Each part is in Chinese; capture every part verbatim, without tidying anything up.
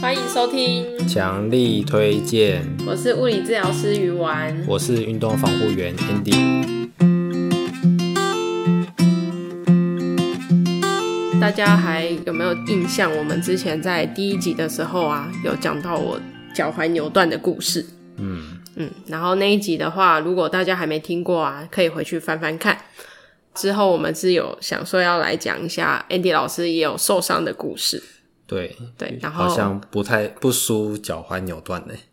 欢迎收听， 强力推荐。 我是物理治疗师鱼丸， 我是运动防护员 Andy。 大家还有没有印象？我们之前在第一集的时候啊，有讲到我脚踝扭断的故事。 嗯嗯，然后那一集的话，如果大家还没听过啊，可以回去翻翻看。之后我们是有想说要来讲一下 Andy 老师也有受伤的故事。 对对，然后好像不太不输脚踝扭断的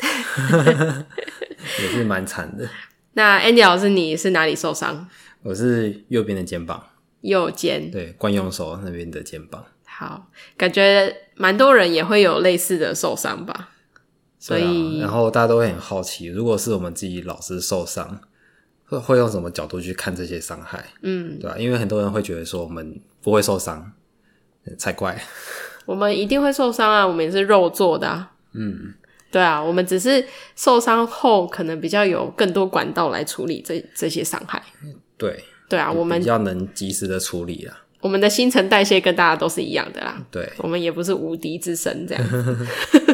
也是蛮惨的。 那 Andy 老师你是哪里受伤？ 我是右边的肩膀， 右肩， 对，惯用手那边的肩膀。 好，感觉蛮多人也会有类似的受伤吧，所以、 啊、然后大家都会很好奇，如果是我们自己老师受伤会会用什么角度去看这些伤害， 嗯， 对吧、啊？因为很多人会觉得说我们不会受伤，才怪。 我们一定会受伤啊，我们也是肉做的啊。 嗯， 对啊，我们只是受伤后可能比较有更多管道来处理这这些伤害。 对对啊，我们比较能及时的处理啦。 我们的新陈代谢跟大家都是一样的啦。 对， 我们也不是无敌之身这样子。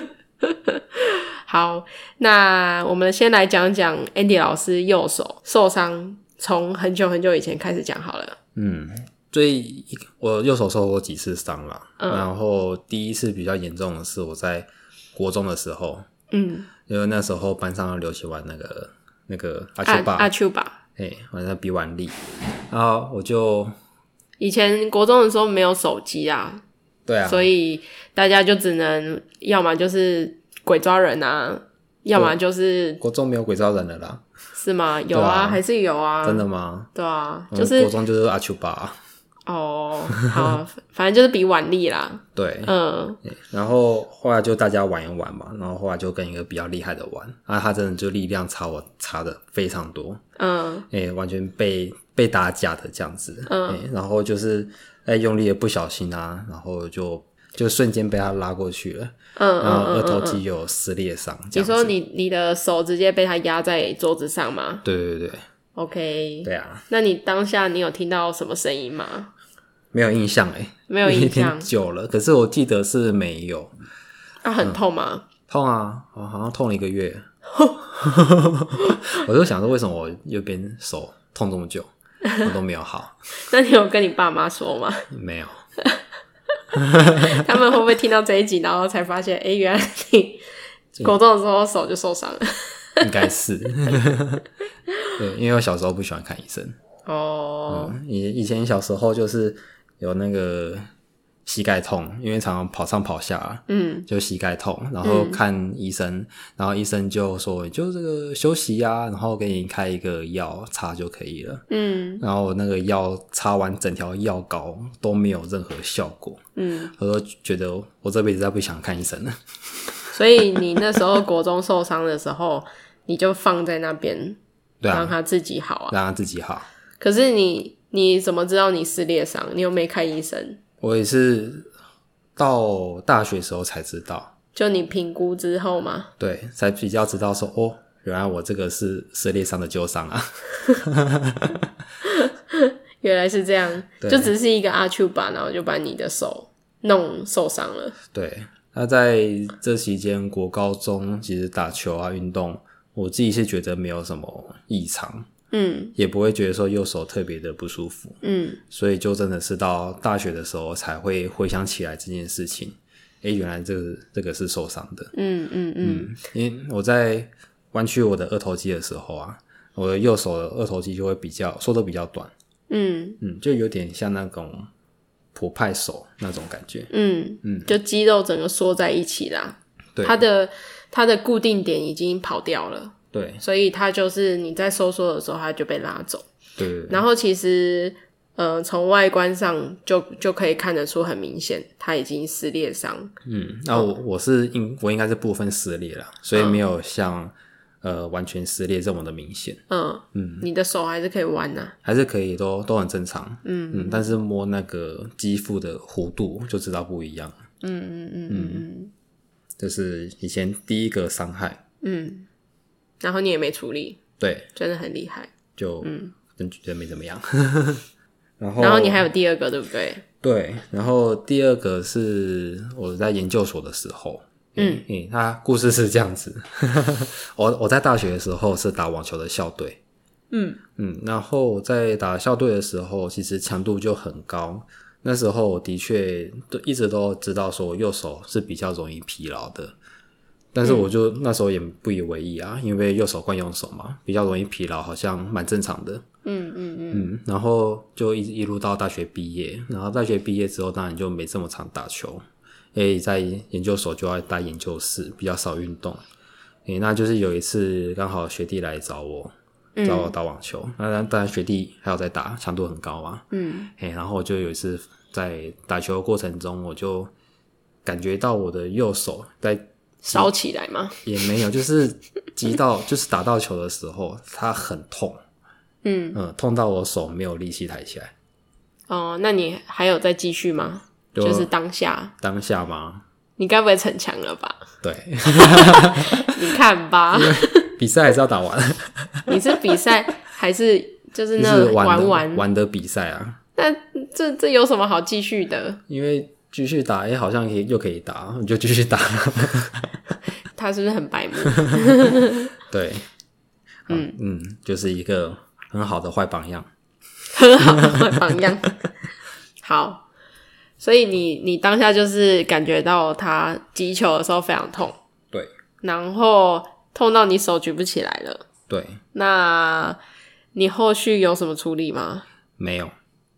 好，那我们先来讲讲 Andy 老师右手受伤，从很久很久以前开始讲好了。 嗯，最我右手受过几次伤啦、嗯、然后第一次比较严重的是我在国中的时候， 嗯， 因为那时候班上流行玩那个那个阿丘巴， 阿丘巴， 哎，玩那比腕力，然后我就以前国中的时候没有手机啊， 对啊， 所以大家就只能要么就是鬼抓人啊，要么就是国中没有鬼抓人了啦， 是吗？有 啊, 啊还是有啊？ 真的吗？ 对啊，就是国中就是阿丘巴、啊。 哦，好，反正就是比腕力啦。 对， 嗯， 然后后来就大家玩一玩嘛，然后后来就跟一个比较厉害的玩，啊，他真的就力量差我差的非常多， 嗯， 诶，完全被被打假的这样子， 嗯， 诶，然后就是诶用力的不小心啊，然后就就瞬间被他拉过去了， 嗯， 然后二头肌有撕裂伤。 你说你你的手直接被他压在桌子上吗？ 对对对 ，OK， 对啊。 那你当下你有听到什么声音吗？ 没有印象诶， 没有印象， 久了，可是我记得是没有。 啊，很痛吗？ 嗯、痛啊，我好像痛了一个月。我就想说，为什么我右边手痛这么久，我都没有好？ 那你有跟你爸妈说吗？ 没有。 他们会不会听到这一集，然后才发现，哎，原来你国中的时候手就受伤了？ 应该是。对，因为我小时候不喜欢看医生。 哦， 嗯，以以前小时候就是有那个膝盖痛，因为常常跑上跑下， 嗯， 就膝盖痛，然后看医生，嗯、然后医生就说你就这个休息啊，然后给你开一个药擦就可以了， 嗯， 然后那个药擦完整条药膏都没有任何效果， 嗯， 我都觉得我这辈子再不想看医生了。 所以你那时候国中受伤的时候，你就放在那边， 对啊， 让他自己好啊， 让他自己好。 可是你你怎么知道你撕裂伤？你又没看医生？ 我也是到大学时候才知道， 就你评估之后吗？ 对，才比较知道说哦，原来我这个是撕裂伤的旧伤啊。 原来是这样，就只是一个阿丘巴，然后就把你的手弄受伤了。 对，那在这期间国高中其实打球啊运动，我自己是觉得没有什么异常。 嗯， 也不会觉得说右手特别的不舒服， 嗯， 所以就真的是到大学的时候才会回想起来这件事情，诶，原来这个这个是受伤的， 嗯嗯嗯， 因为我在弯曲我的二头肌的时候啊，我的右手的二头肌就会比较缩得比较短， 嗯嗯，就有点像那种普派手那种感觉， 嗯嗯，就肌肉整个缩在一起啦， 对， 它的它的固定点已经跑掉了。 对， 所以它就是你在收缩的时候它就被拉走， 对对对， 然后其实呃从外观上就就可以看得出很明显它已经撕裂伤。 嗯，那我、嗯、我是应我应该是部分撕裂啦，所以没有像、嗯、呃完全撕裂这么的明显。 嗯嗯，你的手还是可以弯啊， 还是可以，都都很正常。 嗯嗯，但是摸那个肌肤的弧度就知道不一样。 嗯嗯嗯嗯嗯， 这是以前第一个伤害。 嗯。然后你也没处理， 对， 真的很厉害， 就嗯，觉得没怎么样。然后， 然后你还有第二个，对不对？ 对，然后第二个是我在研究所的时候， 嗯嗯，他故事是这样子，我我在大学的时候是打网球的校队， 嗯嗯，然后在打校队的时候，其实强度就很高。那时候我的确都一直都知道说我右手是比较容易疲劳的，但是我就、嗯、那时候也不以为意啊，因为右手惯用手嘛，比较容易疲劳，好像蛮正常的。 嗯嗯嗯嗯，然后就一一路到大学毕业，然后大学毕业之后，当然就没这么常打球，因为在研究所就要待研究室，比较少运动。诶，那就是有一次刚好学弟来找我。找我打网球，那、嗯、当然学弟还有在打，强度很高嘛。嗯，嘿，然后我就有一次在打球的过程中，我就感觉到我的右手在烧起来吗？ 也没有，就是击到，就是打到球的时候，它很痛。嗯嗯，痛到我手没有力气抬起来。 哦，那你还有再继续吗？就, 就是当下， 当下吗？ 你该不会逞强了吧？ 对， 你看吧。 比赛还是要打完。 你是比赛还是就是那就是玩玩玩玩的比赛啊？ 那这这有什么好继续的？ 因为继续打，哎、欸，好像可以又可以打，你就继续打。 他是不是很白目？ 对，嗯嗯，就是一个很好的坏榜样， 很好的坏榜样。好，所以你你当下就是感觉到他击球的时候非常痛， 对， 然后痛到你手举不起来了。 对， 那你后续有什么处理吗？ 没有。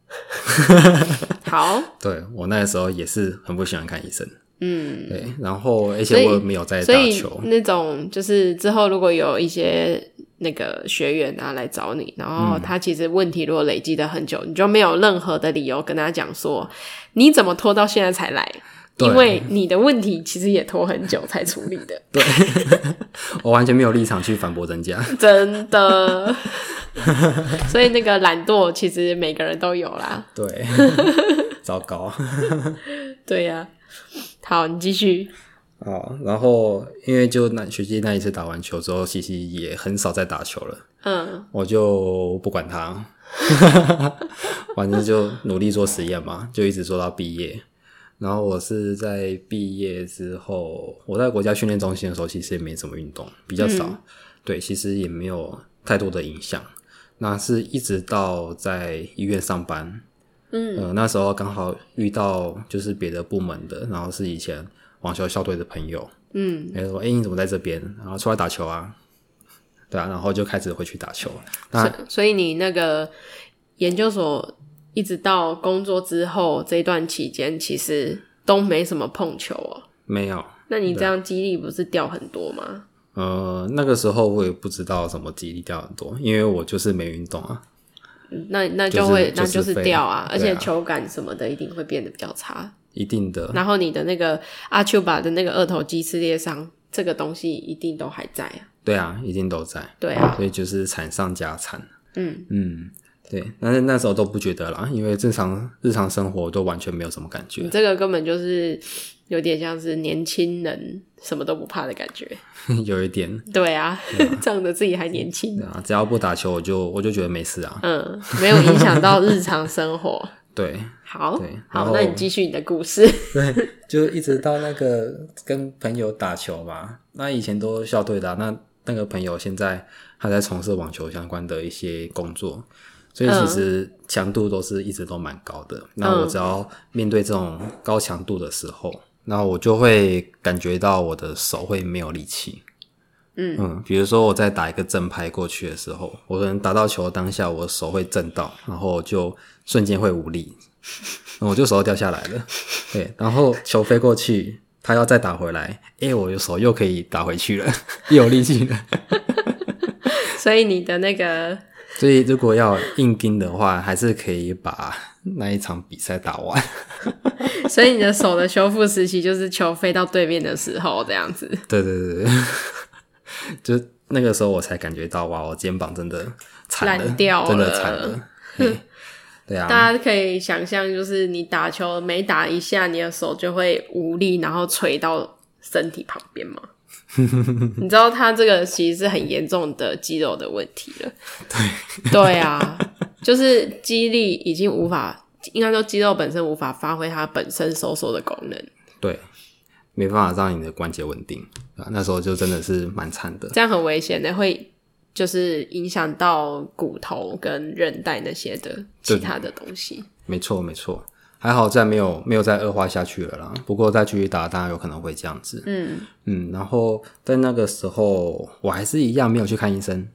好， 对，我那时候也是很不喜欢看医生。嗯，对，然后而且我也没有在打球， 所以那种就是之后如果有一些那个学员啊来找你，然后他其实问题如果累积的很久，你就没有任何的理由跟他讲说你怎么拖到现在才来。因为你的问题其实也拖很久才处理的。 对，我完全没有立场去反驳人家。 真的。所以那个懒惰其实每个人都有啦。 对。糟糕。 对呀、啊。好，你继续。 哦，然后因为就那学姐那一次打完球之后，其实也很少再打球了。嗯。我就不管他。反正就努力做实验嘛，就一直做到毕业。然后我是在毕业之后，我在国家训练中心的时候，其实也没什么运动，比较少。嗯、对，其实也没有太多的影响。那是一直到在医院上班，嗯，呃，那时候刚好遇到就是别的部门的，然后是以前网球校队的朋友，嗯，他说：“哎、欸，你怎么在这边？然后出来打球啊？”对啊，然后就开始回去打球。那所以你那个研究所。一直到工作之后这一段期间，其实都没什么碰球哦。 没有。 那你这样肌力不是掉很多吗？ 呃，那个时候我也不知道什么肌力掉很多，因为我就是没运动啊。 那那就会、就是、那就是掉啊，而且啊球感什么的一定会变得比较差。 一定的。 然后你的那个阿丘巴的那个二头肌撕裂伤，这个东西一定都还在啊。 对啊，一定都在。 对啊， 所以就是惨上加惨。嗯嗯。对，但是那时候都不觉得啦，因为正常日常生活都完全没有什么感觉。 你这个根本就是有点像是年轻人什么都不怕的感觉。 有一点。 对啊，仗着自己还年轻。 对啊，只要不打球，我就我就觉得没事啊。 嗯，没有影响到日常生活。 对， 好， 对， 好，那你继续你的故事。 对，就一直到那个跟朋友打球嘛，那以前都校队的、啊，那那个朋友现在他在从事网球相关的一些工作。所以其实强度都是一直都蛮高的、嗯、那我只要面对这种高强度的时候，那我就会感觉到我的手会没有力气。嗯嗯，比如说我在打一个正拍过去的时候，我可能打到球当下我手会震到，然后就瞬间会无力，我就手掉下来了。对，然后球飞过去他要再打回来，诶我的手又可以打回去了，又有力气了。 所以你的那个所以如果要硬拼的话，还是可以把那一场比赛打完。 所以你的手的修复时期就是球飞到对面的时候这样子。 对对对，就那个时候我才感觉到哇，我肩膀真的惨了， 烂掉了， 真的惨了。对啊， 大家可以想象，就是你打球每打一下，你的手就会无力，然后垂到身体旁边吗？你知道他这个其实是很严重的肌肉的问题了。 对对啊，就是肌力已经无法，应该说肌肉本身无法发挥它本身收缩的功能。 对， 没办法让你的关节稳定，对吧？那时候就真的是蛮惨的。 这样很危险的，会就是影响到骨头跟韧带那些的其他的东西。 没错没错，还好再没有没有再恶化下去了啦。不过再继续打，当然有可能会这样子。嗯嗯，然后在那个时候，我还是一样没有去看医生。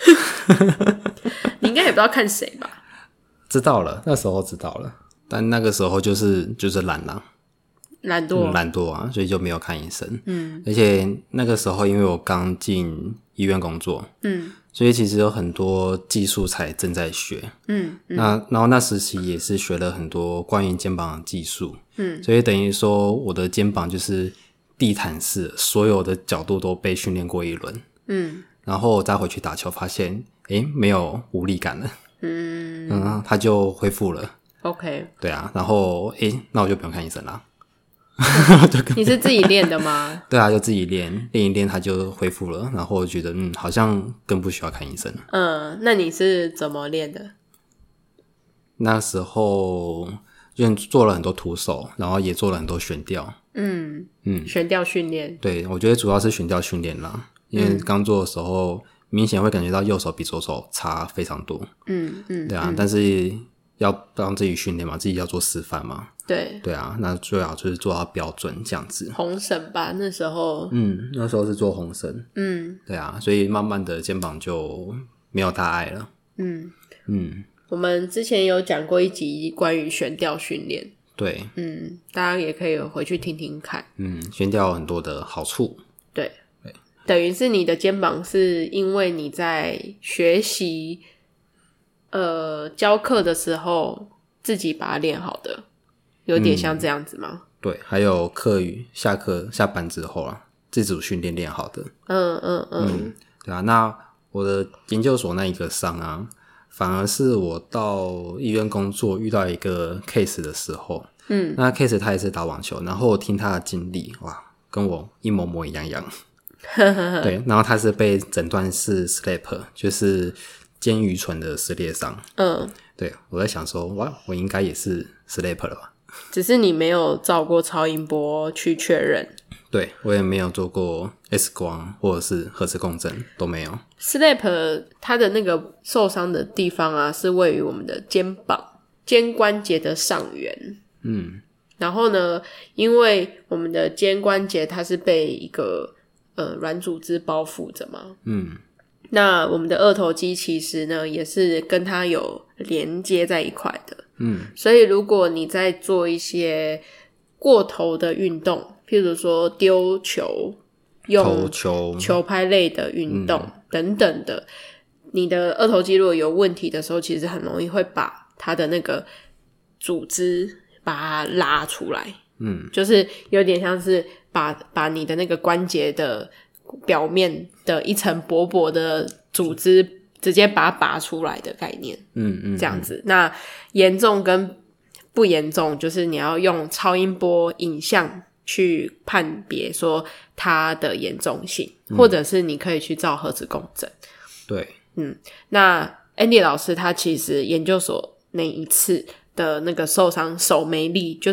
你应该也不知道看谁吧？ 知道了，那时候知道了，但那个时候就是就是懒啦。 懒惰、 嗯，懒惰啊，所以就没有看医生。嗯，而且那个时候因为我刚进医院工作，嗯，所以其实有很多技术才正在学。嗯，嗯那然后那时期也是学了很多关于肩膀的技术。嗯，所以等于说我的肩膀就是地毯式，所有的角度都被训练过一轮。嗯，然后我再回去打球，发现诶没有无力感了。嗯嗯，它就恢复了。 OK， 对啊，然后诶那我就不用看医生啦。 你是自己练的吗？ 对啊，就自己练，练一练它就恢复了。然后我觉得嗯，好像更不需要看医生了。 嗯，那你是怎么练的？ 那时候就做了很多徒手，然后也做了很多悬吊。嗯嗯，悬吊训练。 对，我觉得主要是悬吊训练啦，因为刚做的时候、嗯、明显会感觉到右手比左手差非常多。嗯嗯，对啊、嗯，但是要让自己训练嘛，自己要做示范嘛。 对对啊，那最好就是做到标准这样子。 红绳吧，那时候。 嗯，那时候是做红绳。嗯，对啊，所以慢慢的肩膀就没有大碍了。嗯嗯，我们之前有讲过一集关于悬吊训练。 对， 嗯，大家也可以回去听听看。 嗯，悬吊有很多的好处。 对，对，等于是你的肩膀是因为你在学习呃教课的时候自己把它练好的。有点像这样子吗？ 嗯、对，还有课余下课下班之后啊，自主训练练好的。 嗯嗯嗯, 嗯， 对啊。那我的研究所那一个伤啊，反而是我到医院工作遇到一个 case 的时候，嗯，那 case 他也是打网球，然后我听他的经历，哇，跟我一模模一样样。对，然后他是被诊断是 slap， 就是肩盂唇的撕裂伤。嗯，对，我在想说，哇，我应该也是 slap 了吧？ 只是你没有照过超音波去确认。 对，我也没有做过 X 光或者是核磁共振，都没有。 Slap 它的那个受伤的地方啊，是位于我们的肩膀肩关节的上缘。嗯，然后呢，因为我们的肩关节它是被一个呃软组织包覆着嘛。嗯，那我们的二头肌其实呢也是跟它有连接在一块的。嗯，所以如果你在做一些过头的运动，譬如说丢球、用球球拍类的运动、嗯、等等的，你的二头肌如果有问题的时候，其实很容易会把它的那个组织把它拉出来。嗯，就是有点像是把把你的那个关节的表面的一层薄薄的组织直接把它拔出来的概念。嗯嗯，这样子。那严重跟不严重，就是你要用超音波影像去判别说它的严重性、嗯、或者是你可以去照核磁共振。 对， 嗯，那 Andy 老师他其实研究所那一次的那个受伤手没力就是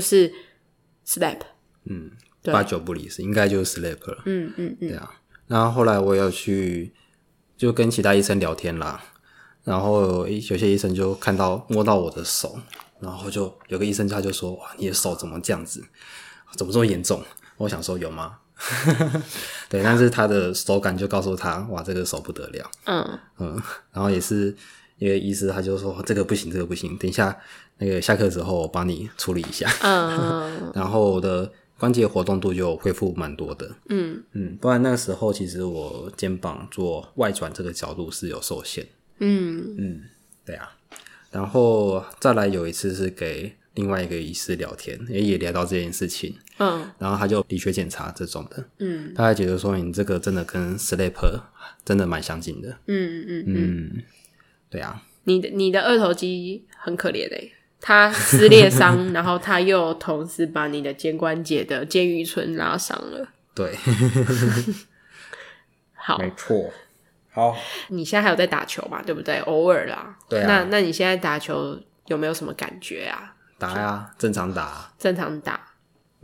slap。 嗯，八九不离十，应该就是 slap 了。嗯嗯嗯，对啊。然后后来我有去就跟其他医生聊天啦，然后有些医生就看到摸到我的手，然后就有个医生他就说，哇，你的手怎么这样子，怎么这么严重？我想说有吗？对，但是他的手感就告诉他，哇，这个手不得了。嗯嗯，然后也是一个医师他就说，这个不行，这个不行，等一下那个下课之后我帮你处理一下。嗯然后我的关节活动度就恢复蛮多的。嗯嗯，不然那个时候其实我肩膀做外转这个角度是有受限。嗯嗯，对啊。然后再来有一次是给另外一个医师聊天，也也聊到这件事情。嗯，然后他就理学检查这种的。嗯，他还觉得说你这个真的跟 slap 真的蛮相近的。嗯嗯嗯，对啊。 你的你的二头肌很可怜欸，它撕裂伤，然后它又同时把你的肩关节的肩盂唇拉伤了。 对， 好， 没错。好， 你现在还有在打球嘛？对不对？偶尔啦。 对啊。 那那你现在打球有没有什么感觉啊？ 打呀，正常打。 正常打。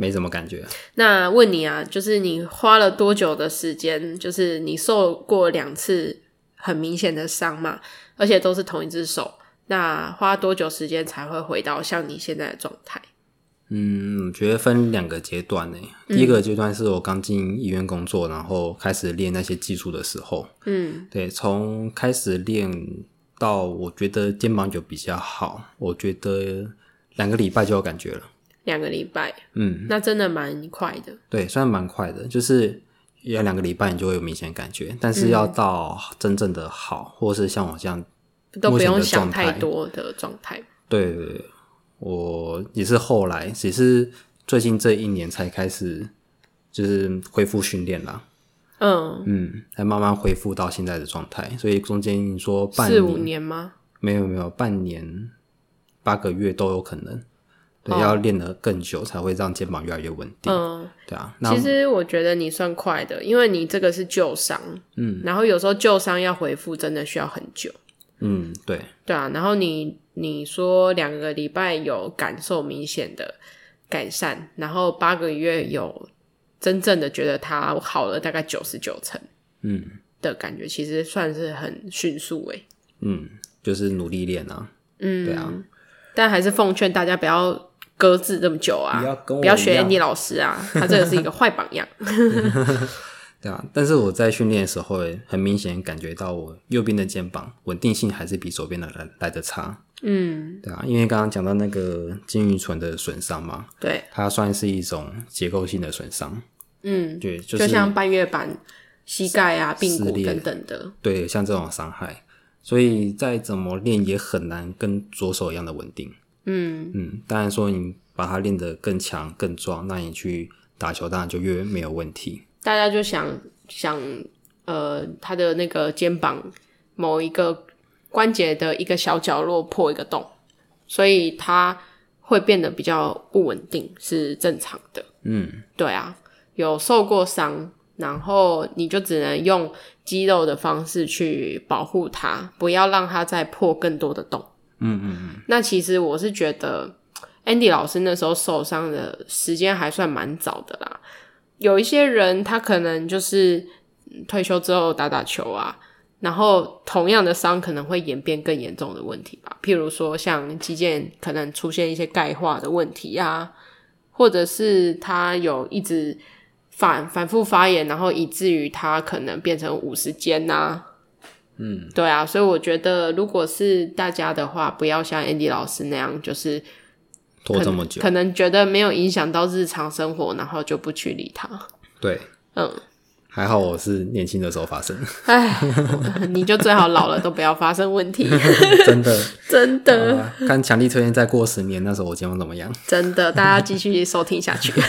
没什么感觉。 那问你啊，就是你花了多久的时间，就是你受过两次很明显的伤嘛，而且都是同一只手，那花多久时间才会回到像你现在的状态？ 嗯，我觉得分两个阶段诶、嗯、第一个阶段是我刚进医院工作，然后开始练那些技术的时候，嗯，对，从开始练到我觉得肩膀有比较好，我觉得两个礼拜就有感觉了。 两个礼拜，嗯，那真的蛮快的。 对，算蛮快的，就是要两个礼拜你就会有明显感觉，但是要到真正的好，或是像我这样都不用想太多的状态。 对对对，我也是后来只是最近这一年才开始就是恢复训练啦。嗯嗯，才慢慢恢复到现在的状态，所以中间你说半年四五年吗？ 没有没有，半年八个月都有可能。对、哦，要练得更久才会让肩膀越来越稳定。嗯，对啊。 其实我觉得你算快的，因为你这个是旧伤，嗯，然后有时候旧伤要恢复真的需要很久。 嗯，对， 对啊。然后你你说两个礼拜有感受明显的改善，然后八个月有真正的觉得它好了大概九十九成，嗯的感觉，其实算是很迅速诶。 嗯，就是努力练啊。嗯，对啊。 但还是奉劝大家不要搁置这么久啊，不要跟我不要学 Andy 老师啊，他这个是一个坏榜样。 对啊，但是我在训练的时候很明显感觉到我右边的肩膀稳定性还是比左边的来来的差。嗯，对啊，因为刚刚讲到那个筋盂唇的损伤嘛， 对， 它算是一种结构性的损伤。嗯，对，就是就像半月板、膝盖啊、髌骨等等的， 对，像这种伤害，所以再怎么练也很难跟左手一样的稳定。嗯嗯，当然说你把它练得更强更壮，那你去打球当然就越没有问题。 大家就想想呃他的那个肩膀某一个关节的一个小角落破一个洞，所以它会变得比较不稳定是正常的。嗯，对啊，有受过伤，然后你就只能用肌肉的方式去保护它，不要让它再破更多的洞。嗯嗯嗯。那其实我是觉得 Andy 老师那时候受伤的时间还算蛮早的啦。有一些人他可能就是退休之后打打球啊，然后同样的伤可能会演变更严重的问题吧，譬如说像肌腱可能出现一些钙化的问题啊，或者是他有一直反反复发炎，然后以至于他可能变成五十肩啊。嗯，对啊，所以我觉得如果是大家的话，不要像 Andy 老师那样就是拖这么久， 可能觉得没有影响到日常生活，然后就不去理他。 对，嗯，还好我是年轻的时候发生。 哎，你就最好老了都不要发生问题。 真的， 真的。 啊、看强力推荐再过十年，那时候我肩膀怎么样？ 真的，大家继续收听下去。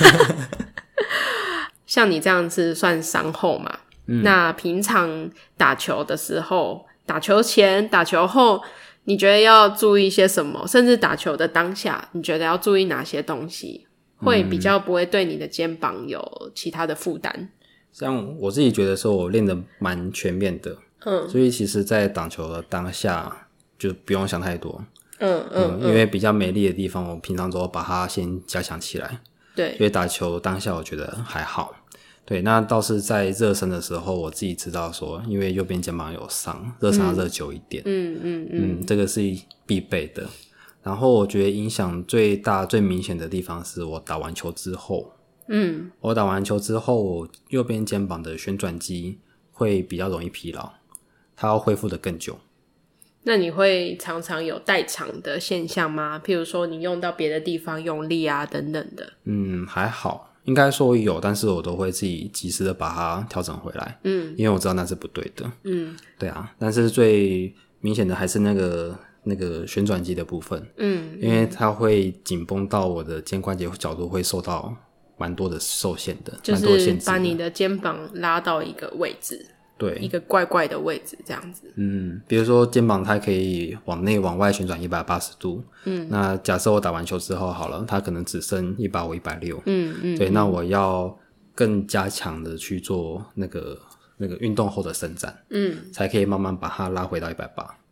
像你这样子算伤后嘛？嗯、那平常打球的时候，打球前、打球后，你觉得要注意些什么？甚至打球的当下，你觉得要注意哪些东西，会比较不会对你的肩膀有其他的负担？ 像我自己觉得说我练得蛮全面的，嗯，所以其实在打球的当下就不用想太多，嗯 嗯, 嗯，因为比较没力的地方我平常都把它先加强起来， 对， 所以打球当下我觉得还好。对，那倒是在热身的时候我自己知道说因为右边肩膀有伤，热身要热久一点，嗯嗯 嗯, 嗯，这个是必备的。然后我觉得影响最大最明显的地方是我打完球之后，嗯，我打完球之后我右边肩膀的旋转肌会比较容易疲劳，它要恢复得更久。 那你会常常有代偿的现象吗？譬如说你用到别的地方用力啊等等的。 嗯，还好，应该说有，但是我都会自己及时的把它调整回来，嗯，因为我知道那是不对的，嗯，对啊，但是最明显的还是那个那个旋转肌的部分，嗯，因为它会紧绷到我的肩关节角度会受到蛮多的受限的， 就是把你的肩膀拉到一个位置， 对， 一个怪怪的位置这样子。 嗯，比如说肩膀它可以往内往外旋转一百八十度，嗯，那假设我打完球之后好了，它可能只剩一百五、一百六十，嗯嗯，对，那我要更加强的去做那个那个运动后的伸展，嗯，才可以慢慢把它拉回到一百八十。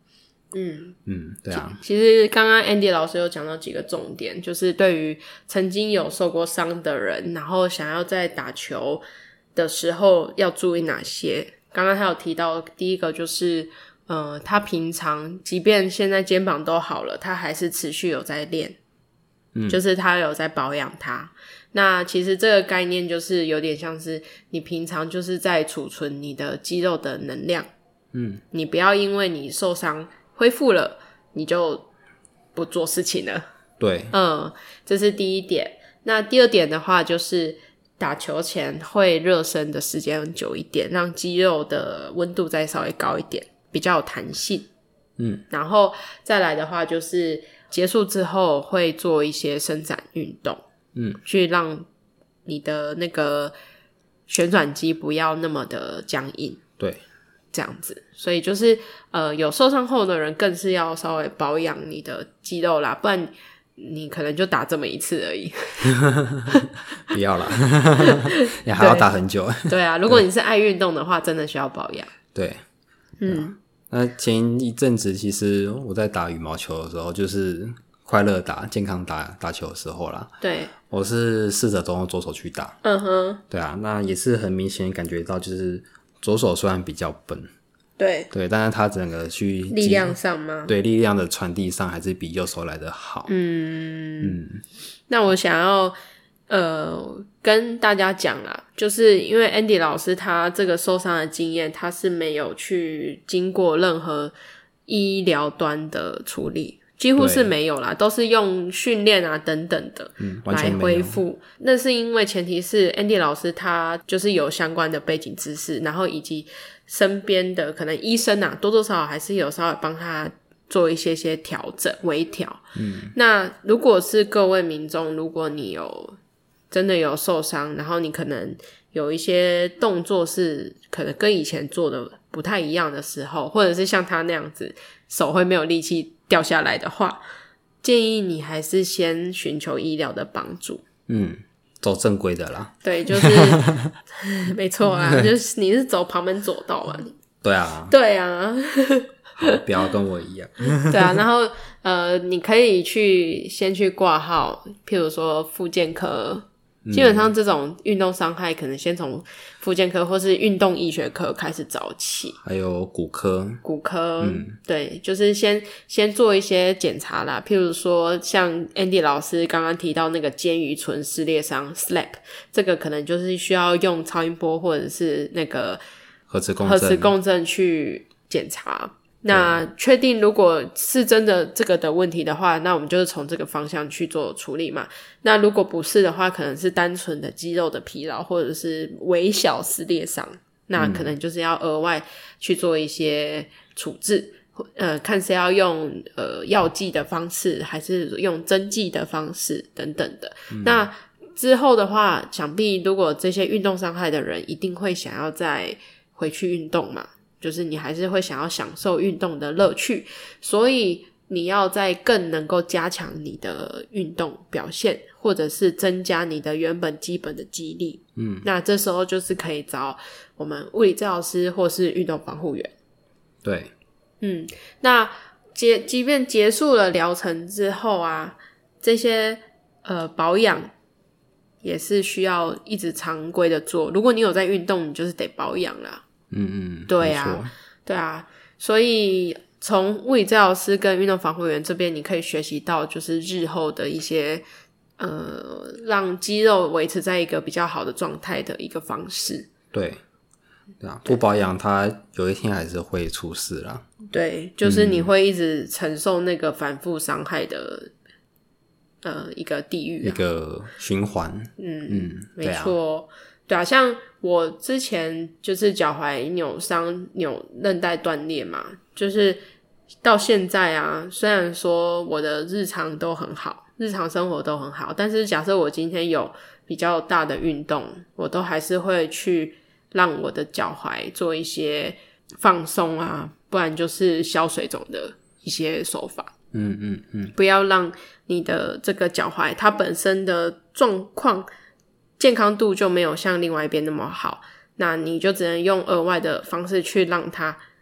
嗯嗯，对啊。 其实刚刚 Andy 老师有讲到几个重点，就是对于曾经有受过伤的人，然后想要在打球的时候要注意哪些。刚刚他有提到第一个就是呃，他平常即便现在肩膀都好了，他还是持续有在练，嗯，就是他有在保养它。那其实这个概念就是有点像是你平常就是在储存你的肌肉的能量，嗯，你不要因为你受伤恢复了你就不做事情了， 对， 嗯，这是第一点。那第二点的话就是打球前会热身的时间久一点，让肌肉的温度再稍微高一点，比较有弹性，嗯，然后再来的话就是结束之后会做一些伸展运动，嗯，去让你的那个旋转肌不要那么的僵硬， 对， 这样子。所以就是呃，有受伤后的人更是要稍微保养你的肌肉啦，不然你可能就打这么一次而已。 不要啦你还要打很久。 对, 对啊，如果你是爱运动的话真的需要保养。 对，嗯，那前一阵子其实我在打羽毛球的时候，就是快乐打健康打打球的时候啦， 对， 我是试着都用左手去打，嗯哼，对啊，那也是很明显感觉到就是左手虽然比较笨， 对对，但是它整个去力量上吗？ 对，力量的传递上还是比右手来的好。 嗯嗯，那我想要呃跟大家讲啦，就是因为 Andy 老师他这个受伤的经验，他是没有去经过任何医疗端的处理，几乎是没有啦，都是用训练啊等等的来恢复。那是因为前提是 Andy 老师他就是有相关的背景知识，然后以及身边的可能医生啊多多少少还是有稍微帮他做一些些调整微调。嗯，那如果是各位民众，如果你有真的有受伤，然后你可能有一些动作是可能跟以前做的不太一样的时候，或者是像他那样子手会没有力气掉下来的话，建议你还是先寻求医疗的帮助。嗯， 走正规的啦。 对，就是没错啊，就是你是走旁门左道啊。 对啊， 对啊。 好，不要跟我一样。 对啊，然后呃，你可以去先去挂号，譬如说复健科。基本上这种运动伤害可能先从复健科或是运动医学科开始找起， 还有骨科骨科、嗯、对，就是先先做一些检查啦，譬如说像 Andy 老师刚刚提到那个肩盂唇撕裂伤 S L A P， 这个可能就是需要用超音波或者是那个核磁共振核磁共振去检查。那确定如果是真的这个的问题的话，那我们就是从这个方向去做处理嘛。那如果不是的话，可能是单纯的肌肉的疲劳或者是微小撕裂伤，那可能就是要额外去做一些处置，呃，看是要用呃药剂的方式还是用针剂的方式等等的、嗯、那之后的话，想必如果这些运动伤害的人一定会想要再回去运动嘛，就是你还是会想要享受运动的乐趣，所以你要再更能够加强你的运动表现，或者是增加你的原本基本的肌力。嗯，那这时候就是可以找我们物理治疗师或是运动防护员。 对， 嗯，那结即便结束了疗程之后啊，这些呃保养也是需要一直常规的做。如果你有在运动，你就是得保养啦。 嗯嗯， 对啊，对啊，所以从物理治疗师跟运动防护员这边，你可以学习到就是日后的一些呃，让肌肉维持在一个比较好的状态的一个方式。 对，对啊，不保养它有一天还是会出事啦。 对，就是你会一直承受那个反复伤害的、嗯、呃一个地狱、啊， 一个循环。 嗯嗯，没错。对啊，像我之前就是脚踝扭伤扭韧带断裂嘛，就是到现在啊，虽然说我的日常都很好，日常生活都很好，但是假设我今天有比较大的运动，我都还是会去让我的脚踝做一些放松啊，不然就是消水肿的一些手法。 嗯嗯嗯， 不要让你的这个脚踝它本身的状况健康度就没有像另外一边那么好，那你就只能用额外的方式去让它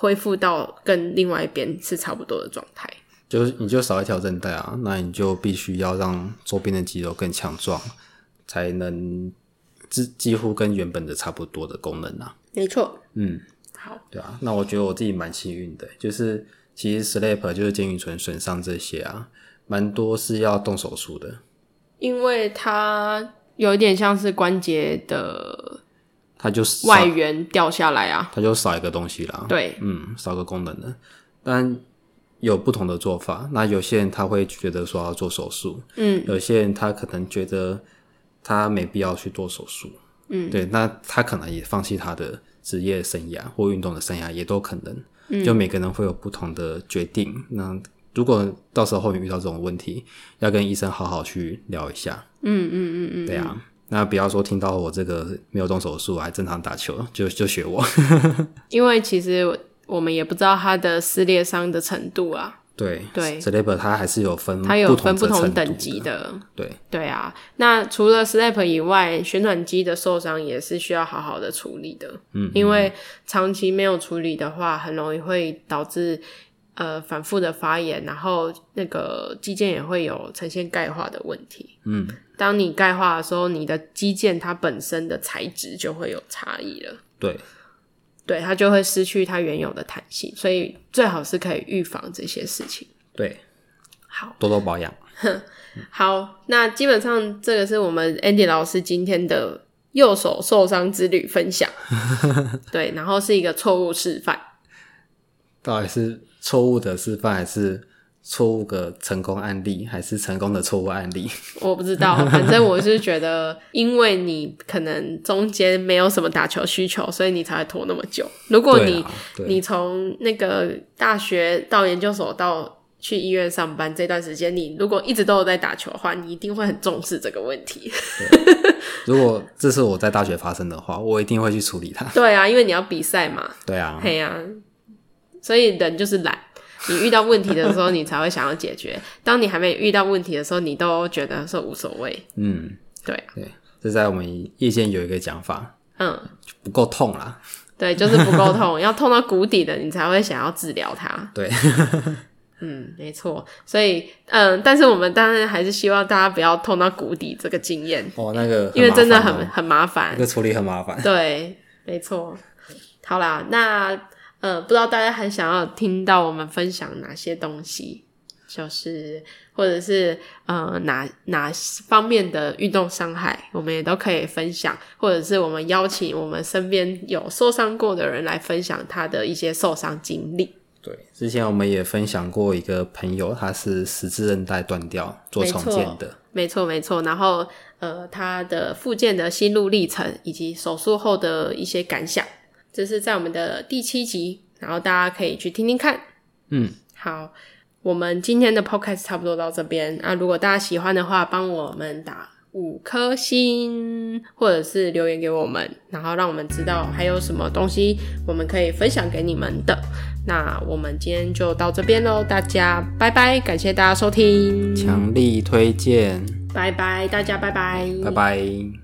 恢复到跟另外一边是差不多的状态。 就是你就少一条韧带啊，那你就必须要让周边的肌肉更强壮，才能几乎跟原本的差不多的功能啊。 没错。 嗯， 好， 对啊，那我觉得我自己蛮幸运的，就是其实 S L A P 就是肩盂唇损伤这些啊，蛮多是要动手术的， 因为它有一点像是关节的， 它就外缘掉下来啊， 它就少一个东西啦。 对， 嗯，少个功能的，但有不同的做法。那有些人他会觉得说要做手术，嗯，有些人他可能觉得他没必要去做手术，嗯，对，那他可能也放弃他的职业生涯或运动的生涯也都可能，嗯，就每个人会有不同的决定。那如果到时候后面遇到这种问题，要跟医生好好去聊一下。嗯嗯嗯嗯，对啊，那不要说听到我这个没有动手术还正常打球就就学我， 因为其实我们也不知道他的撕裂伤的程度啊。 对对 ，S L A P 它还是有分， 它有分不同等级的。 对对啊，那除了 S L A P 以外，旋转肌的受伤也是需要好好的处理的。嗯，因为长期没有处理的话，很容易会导致呃反复的发炎，然后那个肌腱也会有呈现钙化的问题。嗯，当你钙化的时候，你的肌腱它本身的材质就会有差异了。 对。 对，它就会失去它原有的弹性，所以最好是可以预防这些事情。 对， 好， 多多保养。 好，那基本上这个是我们 Andy 老师今天的右手受伤之旅分享。对，然后是一个错误示范。 到底是错误的示范，还是错误的成功案例，还是成功的错误案例？ 我不知道，反正我是觉得因为你可能中间没有什么打球需求，所以你才会拖那么久。如果你你从那个大学到研究所到去医院上班这段时间，你如果一直都有在打球的话，你一定会很重视这个问题。 如果这是我在大学发生的话，我一定会去处理它。 对啊，因为你要比赛嘛。 对啊， 嘿啊，所以人就是懒。你遇到问题的时候你才会想要解决，当你还没遇到问题的时候你都觉得说无所谓。嗯，对啊， 对，这在我们业界有一个讲法，嗯，不够痛啦。 对，就是不够痛，要痛到谷底的你才会想要治疗它。 对。 嗯，没错，所以嗯，但是我们当然还是希望大家不要痛到谷底这个经验哦，那个、哦、 因为真的很很麻烦， 那个处理很麻烦。 对，没错。好啦，那呃，不知道大家还想要听到我们分享哪些东西，就是或者是呃哪哪方面的运动伤害，我们也都可以分享，或者是我们邀请我们身边有受伤过的人来分享他的一些受伤经历。 对，之前我们也分享过一个朋友，他是十字韧带断掉做重建的， 没错没错，然后呃他的复健的心路历程以及手术后的一些感想，这是在我们的第七集，然后大家可以去听听看。嗯，好，我们今天的 podcast 差不多到这边啊，如果大家喜欢的话，帮我们打五颗星，或者是留言给我们，然后让我们知道还有什么东西我们可以分享给你们的。那我们今天就到这边咯，大家拜拜，感谢大家收听， 强力推荐， 拜拜，大家拜拜， 拜拜。